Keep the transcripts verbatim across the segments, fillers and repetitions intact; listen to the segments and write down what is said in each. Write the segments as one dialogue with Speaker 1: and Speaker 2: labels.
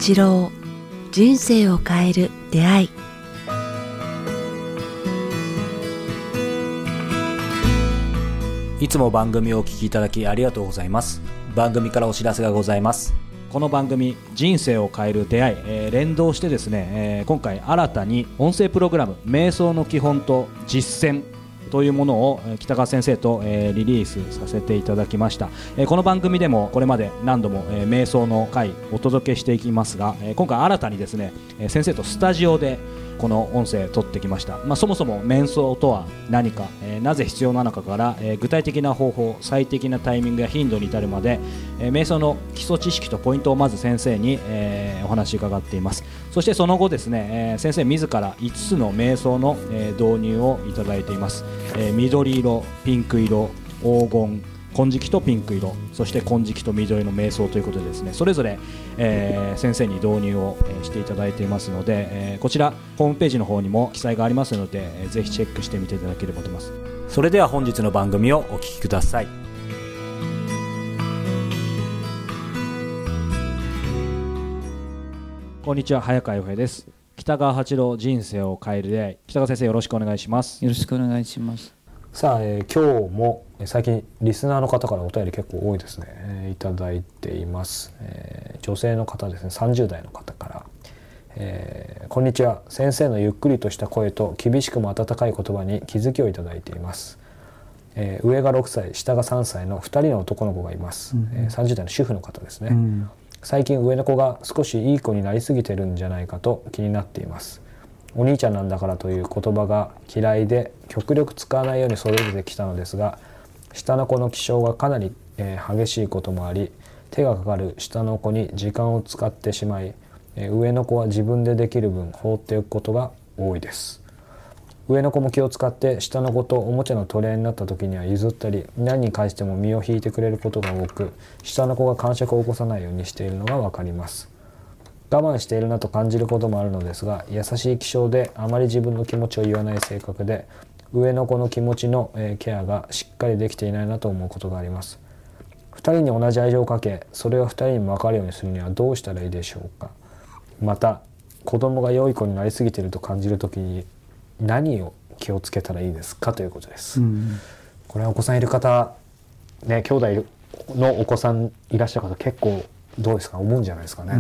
Speaker 1: 八郎、人生を変える出会い。
Speaker 2: いつも番組をお聞きいただきありがとうございます。番組からお知らせがございます。この番組人生を変える出会い、えー、連動してですね、えー、今回新たに音声プログラム瞑想の基本と実践というものを北川先生と、えー、リリースさせていただきました。えー、この番組でもこれまで何度も、えー、瞑想の回お届けしていきますが、えー、今回新たにですね、えー、先生とスタジオでこの音声撮ってきました。まあ、そもそも瞑想とは何か、えー、なぜ必要なのかから、えー、具体的な方法、最適なタイミングや頻度に至るまで、えー、瞑想の基礎知識とポイントをまず先生に、えー、お話伺っています。そしてその後ですね、えー、先生自らいつつの瞑想の、えー、導入をいただいています。えー、緑色、ピンク色、黄金、金色とピンク色、そして金色と緑の瞑想ということでですね、それぞれ、えー、先生に導入を、えー、していただいていますので、えー、こちらホームページの方にも記載がありますので、えー、ぜひチェックしてみていただければと思います。それでは本日の番組をお聞きください。こんにちは、早川洋平です。北川八郎、人生を変える出会い。北川先生、よろしくお願いします。
Speaker 3: よろしくお願いします。
Speaker 4: さあ、えー、今日も最近リスナーの方からお便り結構多いですね、えー、いただいています。えー、女性の方ですね、さんじゅう代の方から、えー、こんにちは。先生のゆっくりとした声と厳しくも温かい言葉に気づきをいただいています。えー、上がろくさい、下がさんさいのふたりの男の子がいます。うん、えー、さんじゅう代の主婦の方ですね。うん、最近上の子が少しいい子になりすぎてるんじゃないかと気になっています。お兄ちゃんなんだからという言葉が嫌いで極力使わないように育ててきたのですが、下の子の気性がかなり、えー、激しいこともあり、手がかかる下の子に時間を使ってしまい、えー、上の子は自分でできる分放っておくことが多いです。上の子も気を使って下の子とおもちゃの取り合いになった時には譲ったり、何に返しても身を引いてくれることが多く、下の子が癇癪を起こさないようにしているのがわかります。我慢しているなと感じることもあるのですが、優しい気性であまり自分の気持ちを言わない性格で、上の子の気持ちのケアがしっかりできていないなと思うことがあります。ふたりに同じ愛情をかけ、それをふたりにも分かるようにするにはどうしたらいいでしょうか。また、子供が良い子になりすぎていると感じるときに何を気をつけたらいいですかということです。うん、これはお子さんいる方、ね、兄弟のお子さんいらっしゃる方結構どうですか、思うんじゃないですかね。うん、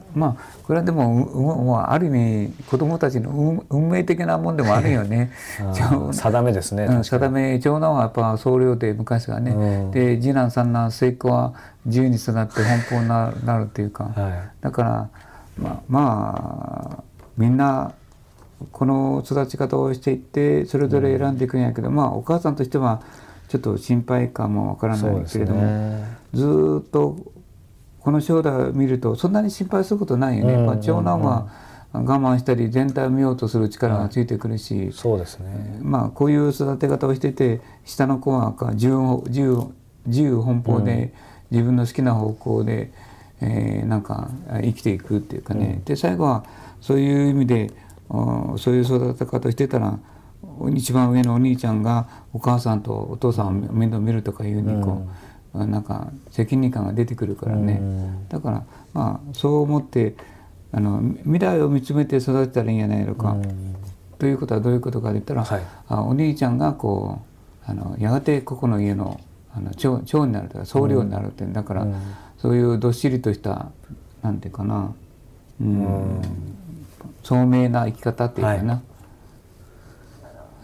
Speaker 3: まあこれはでも、まあ、ある意味子どもたちの運命的なもんでもあるよね。
Speaker 4: 定めですね。
Speaker 3: うん、定め。長男はやっぱ僧侶で昔はね、うん、で次男三男末っ子は自由に育って奔放になる、なるというか、はい、だからまあ、まあみんなこの育ち方をしていってそれぞれ選んでいくんやけど、うん、まあお母さんとしてはちょっと心配かもわからないけれども、ね、ずっとこの将来を見るとそんなに心配することないよね。うんうんうん、まあ、長男は我慢したり全体を見ようとする力がついてくるし、はい、
Speaker 4: そうですね。
Speaker 3: まあこういう育て方をしてて、下の子は自由、自由、自由奔放で、うん、自分の好きな方向で、えー、なんか生きていくっていうかね、うん、で最後はそういう意味でそういう育て方をしてたら一番上のお兄ちゃんがお母さんとお父さんを面倒見るとかいうふうにこう、うんなんか責任感が出てくるからね、うん、だからまあそう思ってあの未来を見つめて育てたらいいんじゃないのか、うん、ということはどういうことかと言ったら、はい、あお兄ちゃんがこうあのやがてここの家のあの 長, 長になるとか僧侶になるって、うん、だから、うん、そういうどっしりとしたなんていうかな、うんうん、聡明な生き方っていうかな、はい、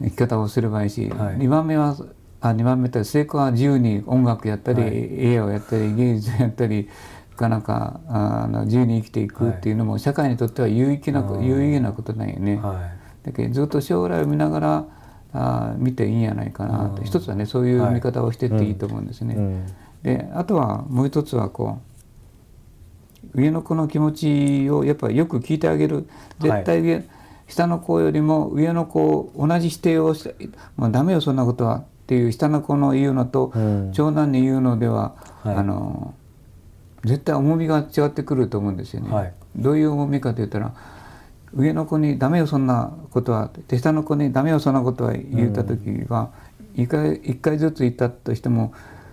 Speaker 3: 生き方をすればいいし、はい、にばんめはあにばんめと成功は自由に音楽やったり、はい、絵をやったり芸術やったりかなんかあの自由に生きていくっていうのも、はい、社会にとっては有益な有意義なことなんよね。はい、だけどずっと将来を見ながらあ見ていいんじゃないかなと、一つはねそういう見方をしていっていいと思うんですね。はいうん、であとはもう一つはこう上の子の気持ちをやっぱりよく聞いてあげる。絶対上、はい、下の子よりも上の子を同じ否定をして、まあ、ダメよそんなことはっていう下の子の言うのと、うん、長男に言うのでは、はい、あの絶対重みが違ってくると思うんですよね。はい、どういう重みかと言ったら上の子にダメよそんなことはって下の子にダメよそんなことは言った時は、うん、一回一回ずつ言ったとしても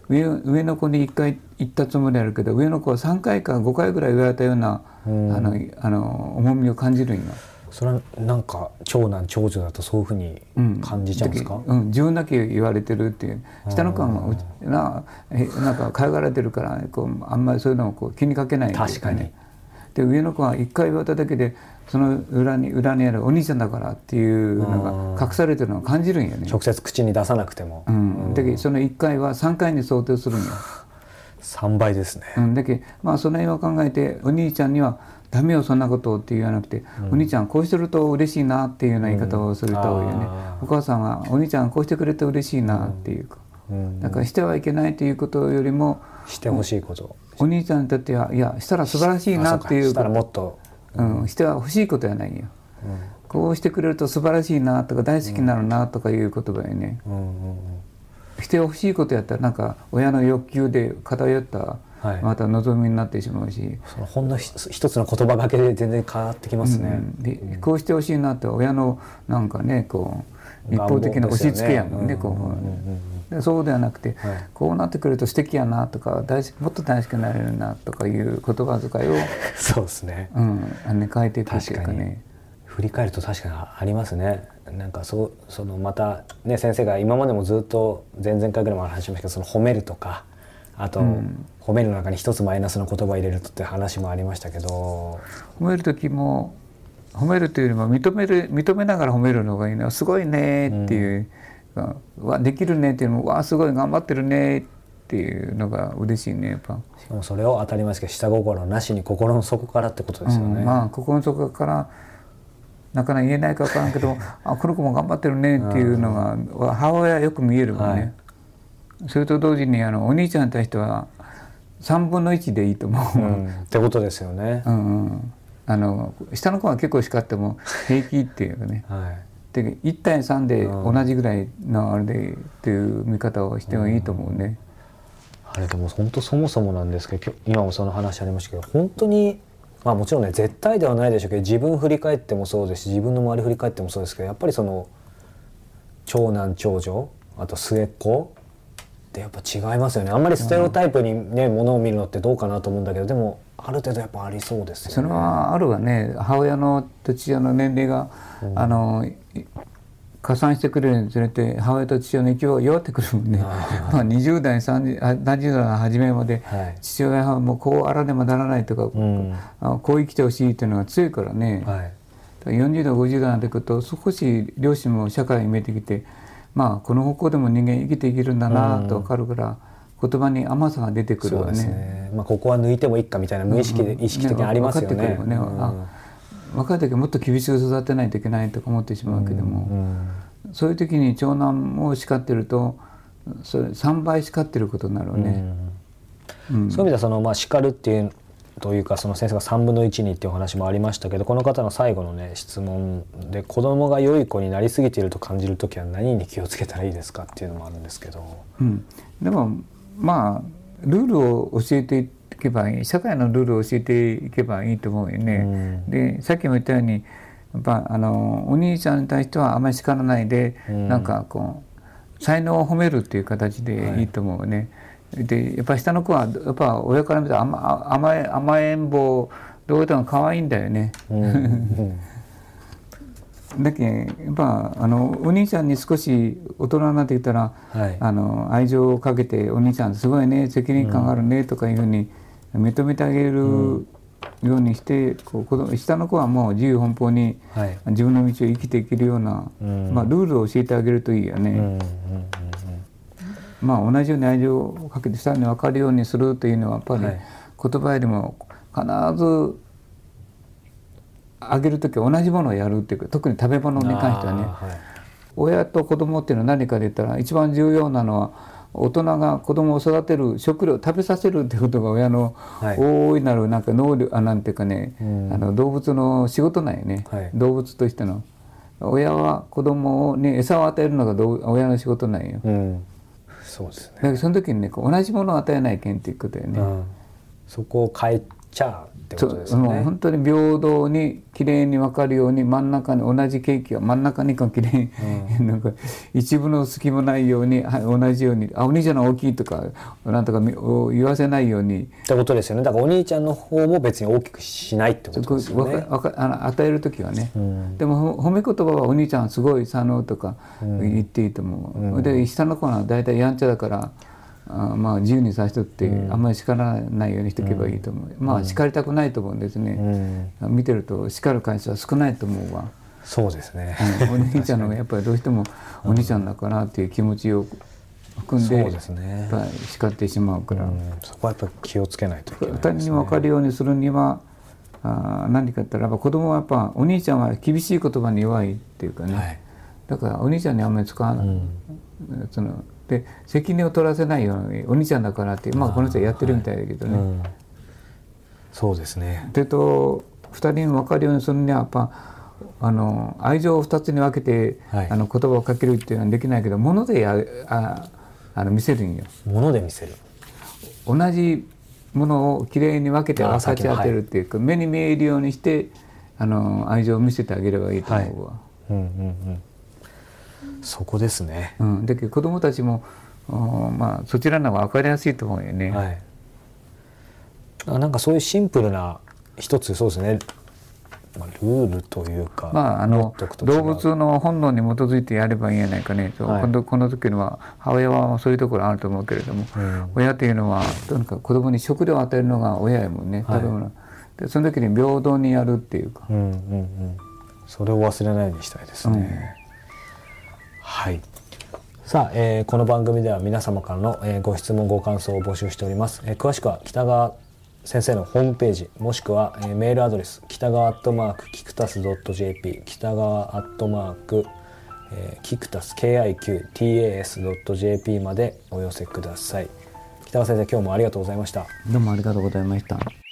Speaker 3: 上, 上の子にいっかい行ったつもりあるけど上の子はさんかいかごかいぐらい言われたような、うん、あのあの重みを感じるんよ。
Speaker 4: それはなんか長男長女だとそういうふうに感じちゃうんですか？
Speaker 3: うん、自分だけ言われてるっていう。下の子はもうななんかかゆがられてるからこうあんまりそういうのをこう気にかけないっていうかね。
Speaker 4: 確かに。
Speaker 3: で上の子はいっかい言われただけでその裏に裏にあるお兄ちゃんだからっていうのが隠されてるのを感じるんよね。
Speaker 4: 直接口に出さなくても。
Speaker 3: うん、だけどそのいっかいはさんかいに想定するんよ。
Speaker 4: さんばいですね。
Speaker 3: うん、だけどまあその辺を考えてお兄ちゃんにはダメよそんなことって言わなくて、うん、お兄ちゃんこうしてると嬉しいなっていうような言い方をすると多いよね、うん、お母さんはお兄ちゃんこうしてくれて嬉しいなっていうか、うん、だからしてはいけないということよりも
Speaker 4: してほしいこと、
Speaker 3: お兄ちゃんにとってはいやしたら素晴らしいなっていう
Speaker 4: したらもっと、
Speaker 3: うんうん、しては欲しいことやないよ、うん、こうしてくれると素晴らしいなとか大好きになるなとかいう言葉よね、うんうんうん、してほしいことやったらなんか親の欲求で偏ったはい、また望みになってしまうし、
Speaker 4: そのほんの一つの言葉だけで全然変わってきますね、うん、
Speaker 3: でこうしてほしいなって親のなんかねこう一方的な押し付けやもんね、こうそうではなくて、はい、こうなってくると素敵やなとか大もっと大好きになれるなとかいう言葉遣いを
Speaker 4: そうですね、
Speaker 3: うん、あのね変えていくっていうかね。
Speaker 4: 振り返ると確かにありますね。なんかそうそのまたね先生が今までもずっと前々回ぐらいも話しましたけど、その褒めるとかあと、うん、褒めるの中に一つマイナスの言葉を入れるとって話もありましたけど、
Speaker 3: 褒める時も褒めるというよりも認める認めながら褒めるのがいいのはすごいねっていう、うん、わできるねっていうのもわすごい頑張ってるねっていうのが嬉しいねやっぱ。
Speaker 4: しかもそれを当たり前ですけど下心なしに心の底からってことですよね、
Speaker 3: うん、まあ心の底からなかなか言えないか分からんけどあこの子も頑張ってるねっていうのが、うん、母親よく見えるもんね、はい、それと同時にあのお兄ちゃんに対してはさんぶんのいちでいいと思う、うん、
Speaker 4: ってことですよね、
Speaker 3: うんうん、あの下の子は結構叱っても平気っていうかね、はい、でいちたいさんで同じぐらいのあれでっていう見方をしてもいいと思うね、
Speaker 4: うん、あれでも本当そもそもなんですけど今もその話ありましたけど本当にまあもちろんね絶対ではないでしょうけど自分振り返ってもそうですし自分の周り振り返ってもそうですけどやっぱりその長男長女あと末っ子ってやっぱ違いますよね。あんまりステレオタイプにね、うん、ものを見るのってどうかなと思うんだけどでもある程度やっぱありそうですよね。
Speaker 3: それはあるわね。母親のと父親の年齢が、うん、あの加算してくれるにつれて母親と父親の勢いが弱ってくるもんね。まあにじゅうだいさんじゅうだいの初めまで、はい、父親はもうこうあらねばならないとか、うん、こう生きてほしいっていうのが強いからね、はい、よんじゅうだいごじゅうだいになってくると少し両親も社会に見えてきてまあこの方向でも人間生きていけるんだなと分かるから、うん、言葉に甘さが出てくるわね。
Speaker 4: そうですね。まあ、ここは抜いてもいいかみたいな無意識で、うん、意識的にありますよね。分かってくるよね、うん、あ若い時はもっと厳しく育てないといけないとか思ってしまうけども、うんうん、そういう時に長男を叱ってるとそれさんばい叱ってることになるよね、うんうん、そういう意味ではその、まあ、叱るっていうというかその先生がさんぶんのいちにっていうお話もありましたけどこの方の最後のね質問で子供が良い子になりすぎていると感じるときは何に気をつけたらいいですかっていうのもあるんですけど、
Speaker 3: うん、でもまあルールを教えていけばいい社会のルールを教えていけばいいと思うよね、うん、でさっきも言ったようにやっぱあのお兄ちゃんに対してはあまり叱らないで、うん、なんかこう才能を褒めるっていう形でいいと思うね、はいでやっぱり下の子はやっぱ親から見たら甘甘え甘えん坊どういうのが可愛いんだよね、うん、だけやっぱあのお兄ちゃんに少し大人になってきたら、はい、あの愛情をかけてお兄ちゃんすごいね責任感があるねとかいうふうに認めてあげるようにして、うん、こう下の子はもう自由奔放に自分の道を生きていけるような、はいまあ、ルールを教えてあげるといいよね、うんうんうんまあ、同じように愛情をかけて下に分かるようにするというのはやっぱり言葉よりも必ずあげるときは同じものをやるっていうか特に食べ物に関してはね、はい、親と子供っていうのは何かで言ったら一番重要なのは大人が子供を育てる食料を食べさせるっていうことが親の大いなるなんか能力あなんていうかね、はい、あの動物の仕事なんよね、はい、動物としての親は子供に餌を与えるのが親の仕事なんよ、うんそうですね、だからその時にね同じものを与えないけんっていうことよね、うん、
Speaker 4: そこを変えちゃうって
Speaker 3: そ
Speaker 4: ことですよね。
Speaker 3: うもう本当に平等にきれいに分かるように真ん中に同じケーキが真ん中にきれいに、うん、なんか一部の隙もないように、はい、同じようにあお兄ちゃんの大きいとかなんとか言わせないように
Speaker 4: ってことですよね。だからお兄ちゃんの方も別に大きくしないってことですよね。
Speaker 3: わかあの与える時はね、
Speaker 4: うん、
Speaker 3: でも褒め言葉はお兄ちゃんすごい才能とか言っていいと思う、うん、で下の子は大体やんちゃだからあまあ自由にさせとって、うん、あんまり叱らないようにしておけばいいと思う、うん、まあ叱りたくないと思うんですね、うん、見てると叱る回数は少ないと思うわ。
Speaker 4: そうですね、
Speaker 3: うん、お兄ちゃんの方がやっぱりどうしてもお兄ちゃんだからっていう気持ちを含んで、
Speaker 4: そうですね、
Speaker 3: やっぱり叱ってしまうから、うん、
Speaker 4: そこはやっぱり気をつけないといけないですね。
Speaker 3: 他人に分かるようにするにはあ何か言ったらやっぱ子供はやっぱお兄ちゃんは厳しい言葉に弱いっていうかね、はい、だからお兄ちゃんにあんまり使わない、うん、そので責任を取らせないようにお兄ちゃんだからってまあこの人はやってるみたいだけどね、はい、うん、
Speaker 4: そうですね。
Speaker 3: でとふたりに分かるようにするにはやっぱあの愛情をふたつに分けて、はい、あの言葉をかけるっていうのはできないけど物でやああの見せるんよ。
Speaker 4: 物で見せる。
Speaker 3: 同じものをきれいに分けて分かち当てるっていうか、はい、目に見えるようにしてあの愛情を見せてあげればいいと思うわ。はい、うんうんうん、
Speaker 4: そこですね。
Speaker 3: うん、だけど子どもたちもまあそちらの方が分かりやすいと思うよね。
Speaker 4: はい、あなんかそういうシンプルな一つそうですね、まあ、ルールというか、
Speaker 3: まあ、あの動物の本能に基づいてやればいいんじゃないかねと、はい、このこの時のは母親はそういうところあると思うけれども、うん、親というのはとにかく子供に食料を与えるのが親やもんね、はい、食べ物でその時に平等にやるっていうか、うんうんうん、
Speaker 4: それを忘れないようにしたいですね。うん、はいさあ、えー、この番組では皆様からの、えー、ご質問ご感想を募集しております。えー、詳しくは北川先生のホームページもしくは、えー、メールアドレス北川アットマークキクタス .jp 北川アットマーク、えー、キクタス ケーアイキューティーエーエス .jp までお寄せください。北川先生今日もありがとうございました。
Speaker 3: どうもありがとうございました。